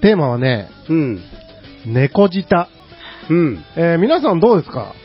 テーマはね、 うん。 猫舌。 うん。 皆さんどうですか？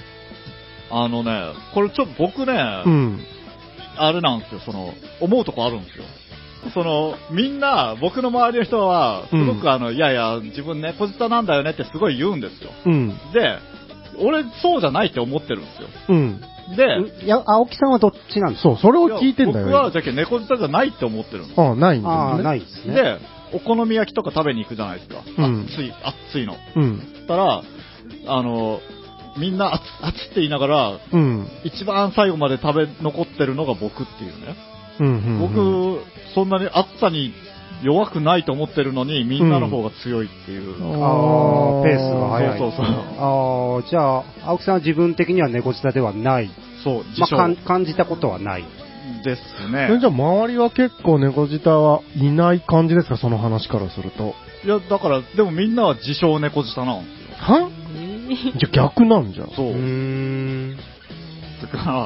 これちょっと僕ね、 うん。 あれなんですよ、思うとこあるんですよ。みんな、僕の周りの人は、すごくいやいや、自分猫舌なんだよねってすごい言うんですよ。 うん。 で、俺、そうじゃないって思ってるんですよ。 うん。 いや、青木さんはどっちなんですか？ そう、それを聞いてんだよ。 僕は、じゃけ猫舌じゃないって思ってるんですよ。ないんだよね。 ないですね。 で、お好み焼きとか食べに行くじゃないですか。熱いの。 うん。 そしたら、みんな熱って言いながら、 うん。 一番最後まで残ってるのが僕っていうね。僕、そんなに暑さに弱くないと思ってるのに、みんなの方が強いっていう。 ペースが速い。 そう。 じゃあ、青木さんは自分的には猫舌ではない。 そう、 感じたことはない。 ですね。 じゃあ、周りは結構猫舌はいない感じですか、その話からすると。 いや、だから、でもみんなは自称猫舌なんですよ。 は？じゃあ逆なんじゃん。 そう。だから、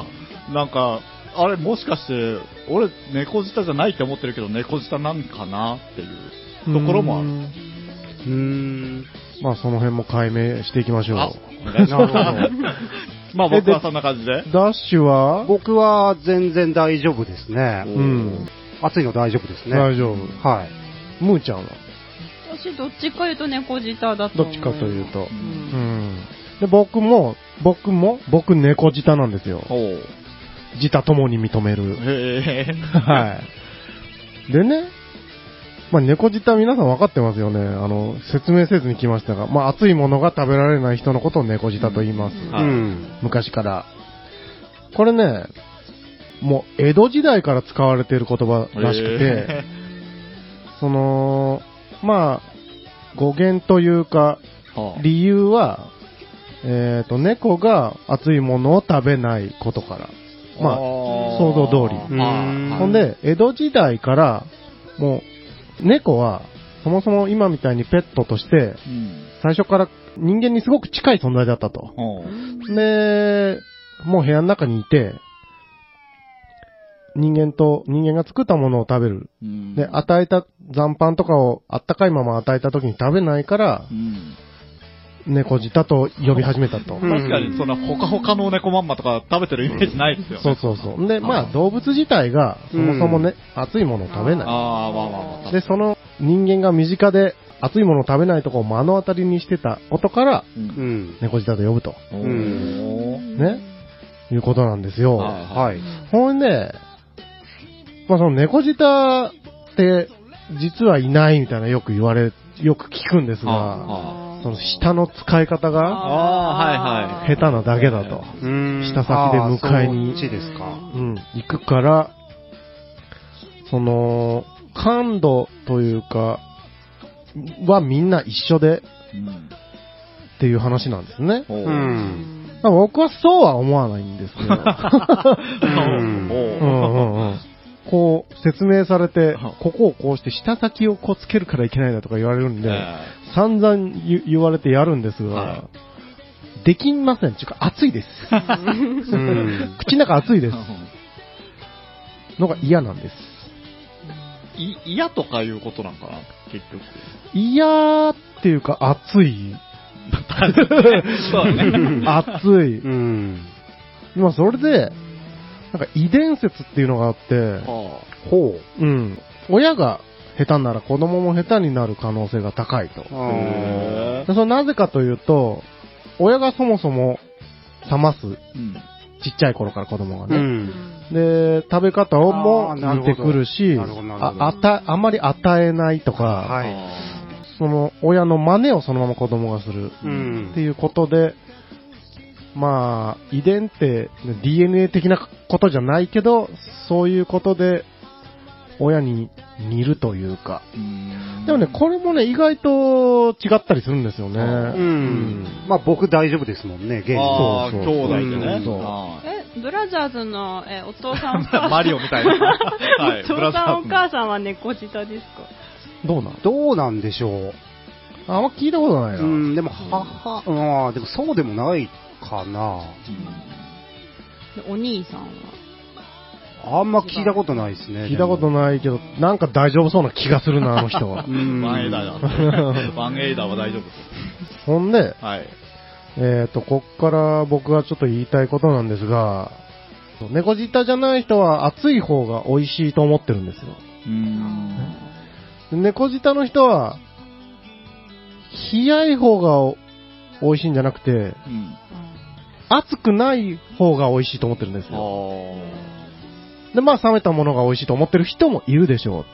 なんか、あれ、もしかして、俺、猫舌じゃないって思ってるけど、猫舌なんかなっていうところもある。 まあ、その辺も解明していきましょう。 なるほど。まあ、僕はそんな感じで。 ダッシュは？ 僕は全然大丈夫ですね。 うん。 暑いの大丈夫ですね。 大丈夫。 はい。 ムーちゃんは？ 私、どっちか言うと猫舌だと思う。 どっちかというと。で、僕猫舌なんですよ。舌ともに認める。はい。でね、まあ、猫舌皆さん分かってますよね。説明せずに来ましたが、まあ、熱いものが食べられない人のことを猫舌と言います。昔から。これね、もう江戸時代から使われている言葉らしくて、まあ、語源というか、理由は、猫が熱いものを食べないことから。まあ、想像通り。ほんで、江戸時代から、もう、猫は、そもそも今みたいにペットとして、最初から人間にすごく近い存在だったと。で、もう部屋の中にいて、人間が作ったものを食べる。で、与えた残飯とかをあったかいまま与えた時に食べないから、猫舌と呼び始めたと。 確かに、そんなほかほかの猫まんまとか食べてるイメージないですよね。 そう。で、まあ動物自体がそもそもね、熱いものを食べない。で、その人間が身近で熱いものを食べないとこを目の当たりにしてたことから、猫舌と呼ぶと。ね。いうことなんですよ。 はい。 ほんで、まあその猫舌って実はいないみたいなよく聞くんですが、その舌の使い方が下手なだけだと。舌先で迎えに行くから、感度というかはみんな一緒でっていう話なんですね。僕はそうは思わないんですけど。こう説明されて、ここをこうして舌先をこうつけるからいけないだとか言われるんで、散々言われてやるんですが、できません。っていうか熱いです。口の中熱いです。のが嫌なんです。 嫌とかいうことなんかな、結局。 嫌っていうか熱い。 そうね。 熱い。まあそれで、なんか遺伝説っていうのがあって、親が下手なら子供も下手になる可能性が高いと。それなぜかというと、親がそもそも冷ます、ちっちゃい頃から子供がね。で、食べ方をも似てくるし、あまり与えないとか、その親の真似をそのまま子供がするっていうことで、まあ、遺伝って DNA 的なことじゃないけど、そういうことで親に似るというか。でもね、これもね、意外と違ったりするんですよね。 まあ僕大丈夫ですもんね、現在。兄弟でね。 ブラザーズのお父さんお母さん。 マリオみたいな。 お父さんお母さんは猫舌ですか？ どうなんでしょう。 あんま聞いたことないな。 でもでもそうでもないかな。 お兄さんはあんま聞いたことないですね。 聞いたことないけど、なんか大丈夫そうな気がするな、あの人は。 ワンエイダーだ。ワンエイダーは大丈夫です。 ほんで、 はい。 こっから僕がちょっと言いたいことなんですが、猫舌じゃない人は熱い方が美味しいと思ってるんですよ。猫舌の人は、冷やい方が美味しいんじゃなくて、熱くない方が美味しいと思ってるんですよ。で、まあ冷めたものが美味しいと思ってる人もいるでしょうと。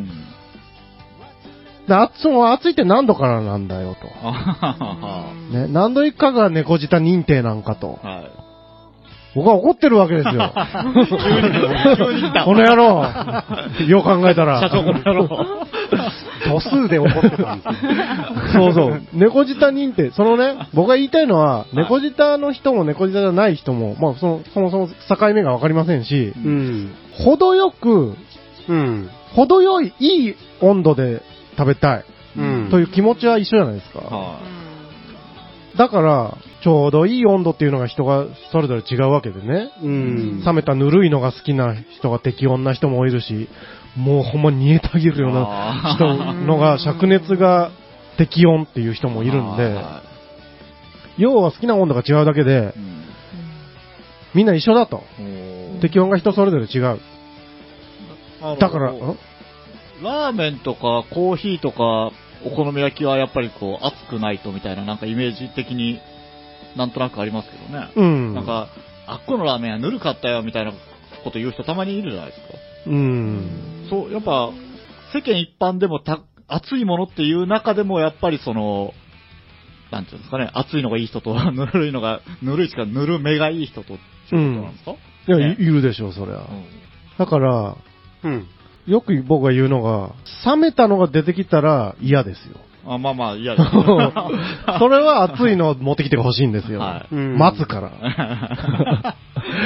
で、その熱いって何度からなんだよと。ね、何度以下が猫舌認定なんかと。僕は怒ってるわけですよ。 急に来た。 この野郎。よう考えたら。 社長この野郎。 度数で怒ってたんですよ。 そうそう。猫舌認定。そのね、僕が言いたいのは、猫舌の人も猫舌じゃない人も、まあそもそも境目がわかりませんし、程よく、程よいいい温度で食べたい。という気持ちは一緒じゃないですか。だから、ちょうどいい温度っていうのが人がそれぞれ違うわけでね。冷めたぬるいのが好きな人が適温な人もいるし、もうほんま煮えたぎるような人のが灼熱が適温っていう人もいるんで、要は好きな温度が違うだけで、みんな一緒だと。適温が人それぞれ違う。だから、 ラーメンとかコーヒーとかお好み焼きはやっぱりこう熱くないとみたいななんかイメージ的になんとなくありますけどね。なんか、あっこのラーメンはぬるかったよみたいなこと言う人たまにいるじゃないですか。そう、やっぱ世間一般でも熱いものっていう中でもやっぱりその、なんていうんですかね、熱いのがいい人とぬるいのが、ぬるいしかぬるめがいい人とっていうことなんですか？ いや、いるでしょう、そりゃ。だから、よく僕が言うのが、冷めたのが出てきたら嫌ですよ。 まあまあ、嫌です。 それは熱いのを持ってきてほしいんですよ。待つから。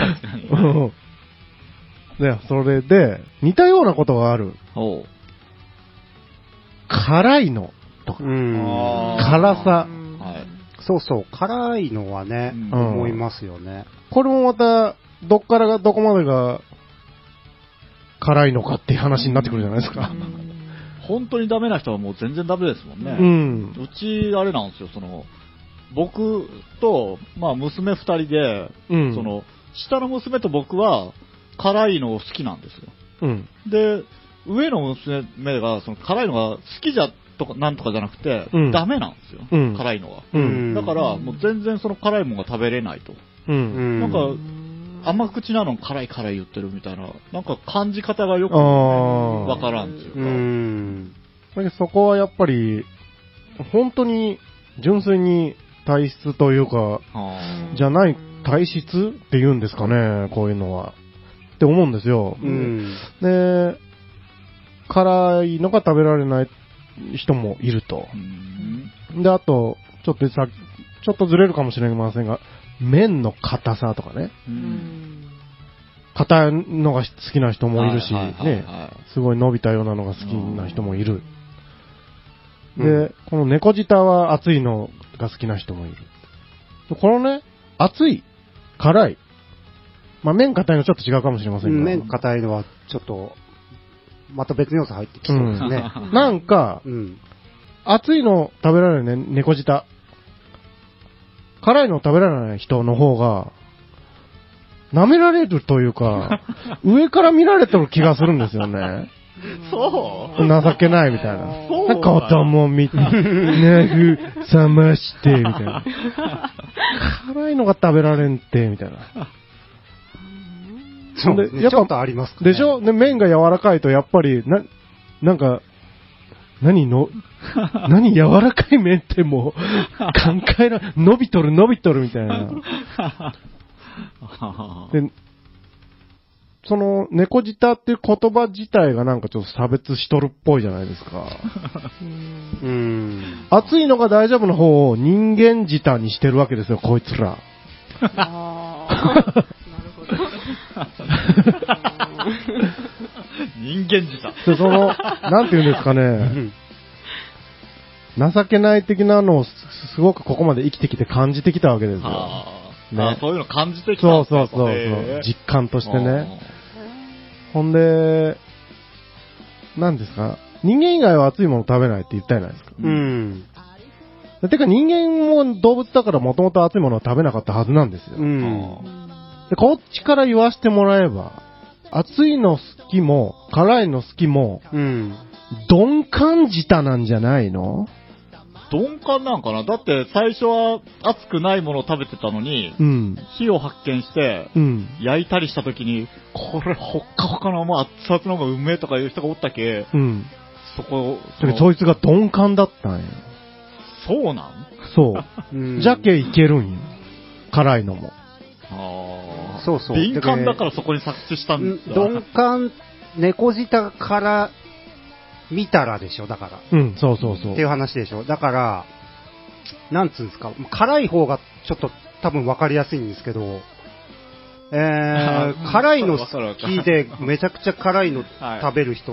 で、それで、似たようなことがある。辛いのとか。辛さ。 そうそう、辛いのはね、思いますよね。 これもまた、どっからがどこまでが辛いのかっていう話になってくるじゃないですか。 本当にダメな人はもう全然ダメですもんね。うち、あれなんですよ、僕と、まあ、娘二人で、下の娘と僕は、辛いの好きなんですよ。で、上の娘が、辛いのが好きじゃ、とか、なんとかじゃなくて、ダメなんですよ。辛いのが。だから、もう全然辛いものが食べれないと。なんか、甘口なの辛い言ってるみたいな、なんか感じ方がよくわからんっていうか。 だけどそこはやっぱり、本当に純粋に体質というか、じゃない体質って言うんですかね、こういうのは。って思うんですよ。で、辛いのが食べられない人もいると。で、あと、ちょっとずれるかもしれませんが、麺の硬さとかね。硬いのが好きな人もいるし、ね、すごい伸びたようなのが好きな人もいる。で、この猫舌は熱いのが好きな人もいる。このね、熱い、辛い。まあ、麺硬いのちょっと違うかもしれませんが。 麺硬いのはちょっと、また別の要素入ってきそうですね。 なんか、熱いの食べられるね、猫舌。辛いの食べられない人の方が、舐められるというか、上から見られてる気がするんですよね。情けないみたいな。子供みたいな。ね冷まして、みたいな。辛いのが食べられんって、みたいな。 そうですね。ちょっとありますかね。 でしょ？で、麺が柔らかいと、やっぱり、なんか、何柔らかい麺ってもう、考えら、伸びとるみたいな。で、その、猫舌っていう言葉自体がなんかちょっと差別しとるっぽいじゃないですか。熱いのが大丈夫な方を人間舌にしてるわけですよ、こいつら。 なるほど。 人間舌。 で、なんていうんですかね。情けない的なのをすごくここまで生きてきて感じてきたわけですよ。 そういうの感じてきたんですそう。実感としてね。 ほんで、何ですか、人間以外は熱いもの食べないって言ったじゃないですか。 うん。 てか人間も動物だからもともと熱いものは食べなかったはずなんですよ。 うん。 で、こっちから言わせてもらえば、熱いの好きも、辛いの好きも、 うん。 鈍感舌なんじゃないの？ 鈍感なんかな。だって最初は熱くないものを食べてたのに、 うん。 火を発見して、 うん。 焼いたりした時に、これほっかほかのもう熱々の方がうめえとかいう人がおったけ、 うん。 そいつが鈍感だったんよ。 そうなん？ そう。 うん、 じゃけいけるんよ。辛いのも。 ああ。 そうそう。 敏感だからそこに作詞したんだ。 鈍感、猫舌から見たらでしょ、だから。 うん、そうそうそう。 っていう話でしょ。だから、なんつうんですか、辛い方がちょっと多分分かりやすいんですけど、辛いの好きでめちゃくちゃ辛いの食べる人って、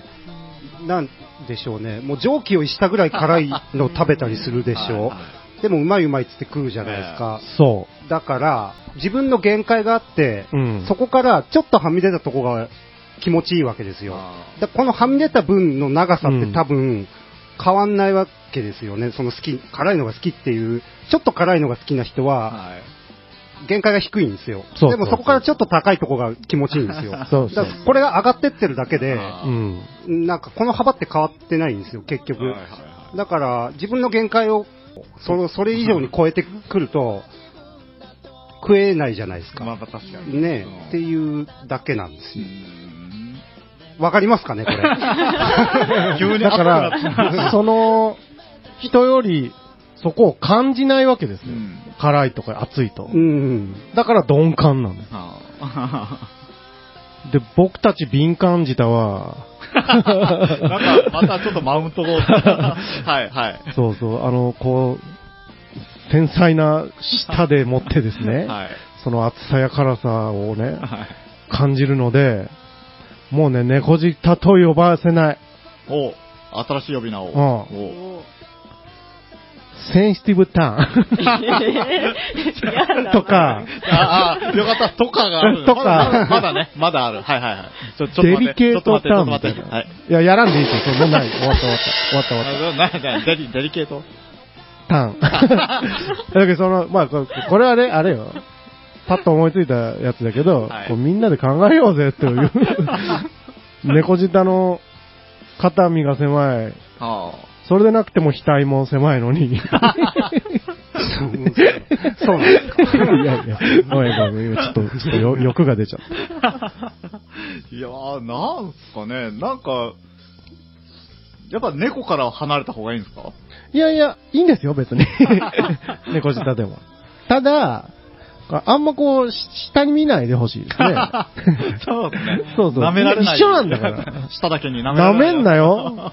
なんでしょうね、もう蒸気をしたぐらい辛いの食べたりするでしょ。でもうまいうまいっつって食うじゃないですか。 そう。 だから、自分の限界があって、 うん、 そこからちょっとはみ出たとこが気持ちいいわけですよ。このはみ出た分の長さって多分変わんないわけですよね。その辛いのが好きっていう、ちょっと辛いのが好きな人は、限界が低いんですよ。でもそこからちょっと高いところが気持ちいいんですよ。 そうそう。 だからこれが上がってってるだけで、なんかこの幅って変わってないんですよ、結局。だから自分の限界をそれ以上に超えてくると、食えないじゃないですか。 まあ確かに。 ね、っていうだけなんですよ。わかりますかね、これ。 急にだから、その、人より、そこを感じないわけですよ。辛いとか熱いと。だから鈍感なんです。で、僕たち敏感舌は、 なんか、またちょっとマウントを。はいはい。 そうそう、こう、繊細な舌でもってですね、はい、その熱さや辛さをね、はい、感じるので、もうね、猫舌と呼ばせない。 お、新しい呼び名を。 センシティブターン。とか。 よかった、とかがある。 とか。 まだね、まだある。はいはいはい。 デリケートターン。 はい。 いや、やらんでいいですよ。もうない。終わった。 デリケートターン。だけどまあ、これはね、あれよ。パッと思いついたやつだけど、こうみんなで考えようぜっていう。猫舌の肩身が狭い。それでなくても額も狭いのに。そうなんですか。 いやいや、ごめん、ちょっと欲が出ちゃった。 いやー、なんすかね、なんか、やっぱ猫から離れた方がいいんですか？ いやいや、いいんですよ、別に。猫舌でも。ただ、あんまこう、下に見ないでほしいですね。 そうですね。 そうそう。 舐められない。 一緒なんだから。 下だけに舐められない。 舐めんなよ。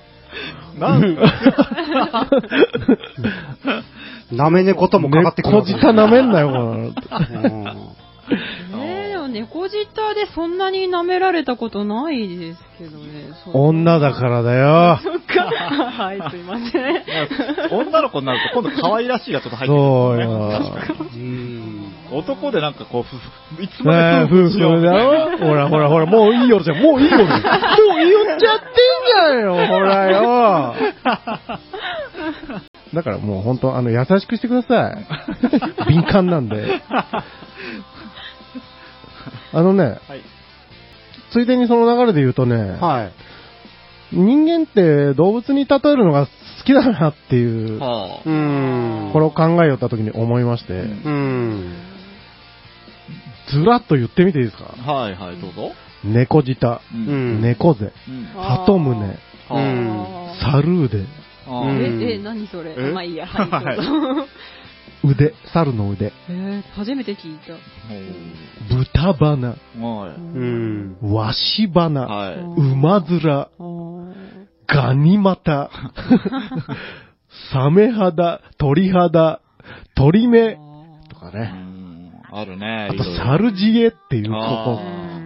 舐め猫ともかかってくる。 猫舌舐めんなよ。 でも猫舌でそんなに舐められたことないですけどね。 女だからだよ。 そっか。はい、すいません。 女の子になると今度可愛らしいがちょっと入ってくる。 そうよ。男でなんかこう、いつまで夫婦だろ。ほら、もういいよじゃん。もういいよ。もう言っちゃってんじゃんよ。ほらよ。だからもう本当優しくしてください。敏感なんで。はい、ついでにその流れで言うとね、 はい、 人間って動物に例えるのが好きだなっていう、これを考えよった時に思いまして、ずらっと言ってみていいですか？ はいはい、どうぞ。 猫舌、猫背、鳩胸、サル腕。 何それ？まあいいや。 腕、猿の腕。 初めて聞いた。 豚鼻、わし鼻、馬面、ガニ股、サメ肌、鳥肌、鳥目とかね。 あるね。 あと、猿知恵っていうここ。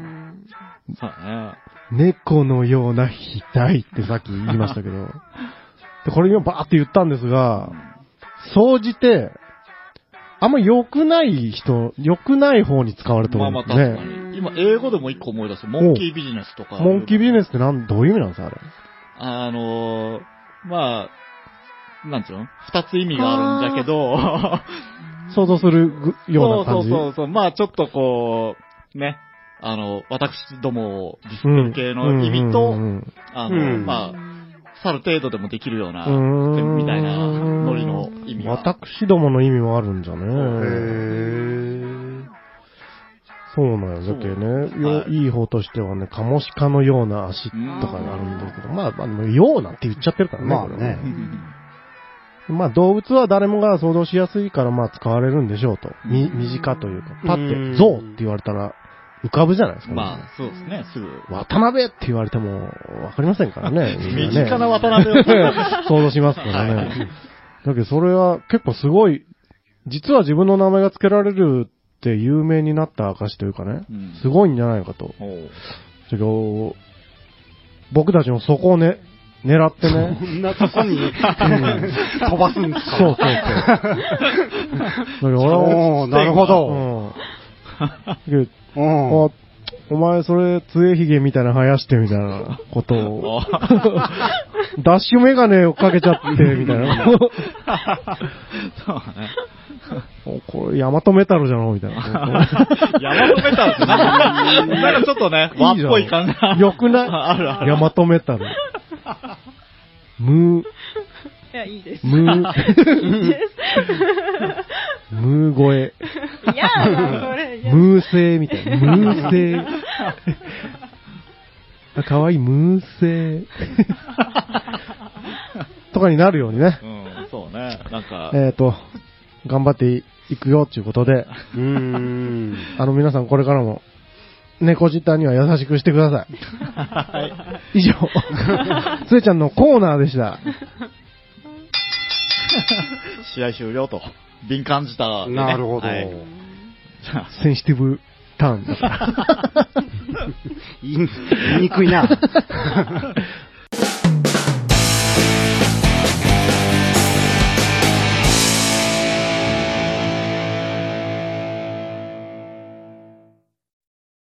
猫のような額ってさっき言いましたけど。でこれ今バーって言ったんですが、総じて、あんま良くない方に使われてるんですね。 今、英語でも一個思い出す。モンキービジネスとか。 モンキービジネスってどういう意味なんですか、あれ。 まあ、なんつうの二つ意味があるんだけど、 想像するような感じ。 そう。まあ、ちょっとこう、ね。私どもをディスってる系の意味と、まあ、去る程度でもできるような、みたいなノリの意味が。 私どもの意味もあるんじゃね。そうなんよ。だけね、いい方としてはね、カモシカのような足とかがあるんだけど、まあ、ようなんて言っちゃってるからね。 まあね。 まあ動物は誰もが想像しやすいからまあ使われるんでしょうと。身近というか。パってゾウって言われたら浮かぶじゃないですか、ね。 まあそうですね、すぐ。 渡辺って言われてもわかりませんからね。 身近な渡辺を想像しますからね。だけどそれは結構すごい、実は自分の名前が付けられるって有名になった証というかね、すごいんじゃないかと。だけど、僕たちもそこをね、狙ってね。 そんなとこに、飛ばすんですか。 そう。だから俺は、 なるほど。 お前それ、杖ひげみたいな生やしてみたいなことを、ダッシュメガネをかけちゃって、みたいな。そうね。これ、ヤマトメタルじゃん、みたいな。 ヤマトメタルってなんかちょっとね、和っぽい感じ。 よくないヤマトメタル。 いや、いいです。 ムー声。 いやそれ。 ムーセイみたいな。ムーセイ。かわいいムーセイ。とかになるようにね。 そうね。なんか。 頑張っていくよっていうことで。皆さんこれからも、猫舌には優しくしてください。はい。以上、つえちゃんのコーナーでした。 試合終了と。敏感じた、 ね。なるほど。はい、 センシティブターンだから。 言いにくいな。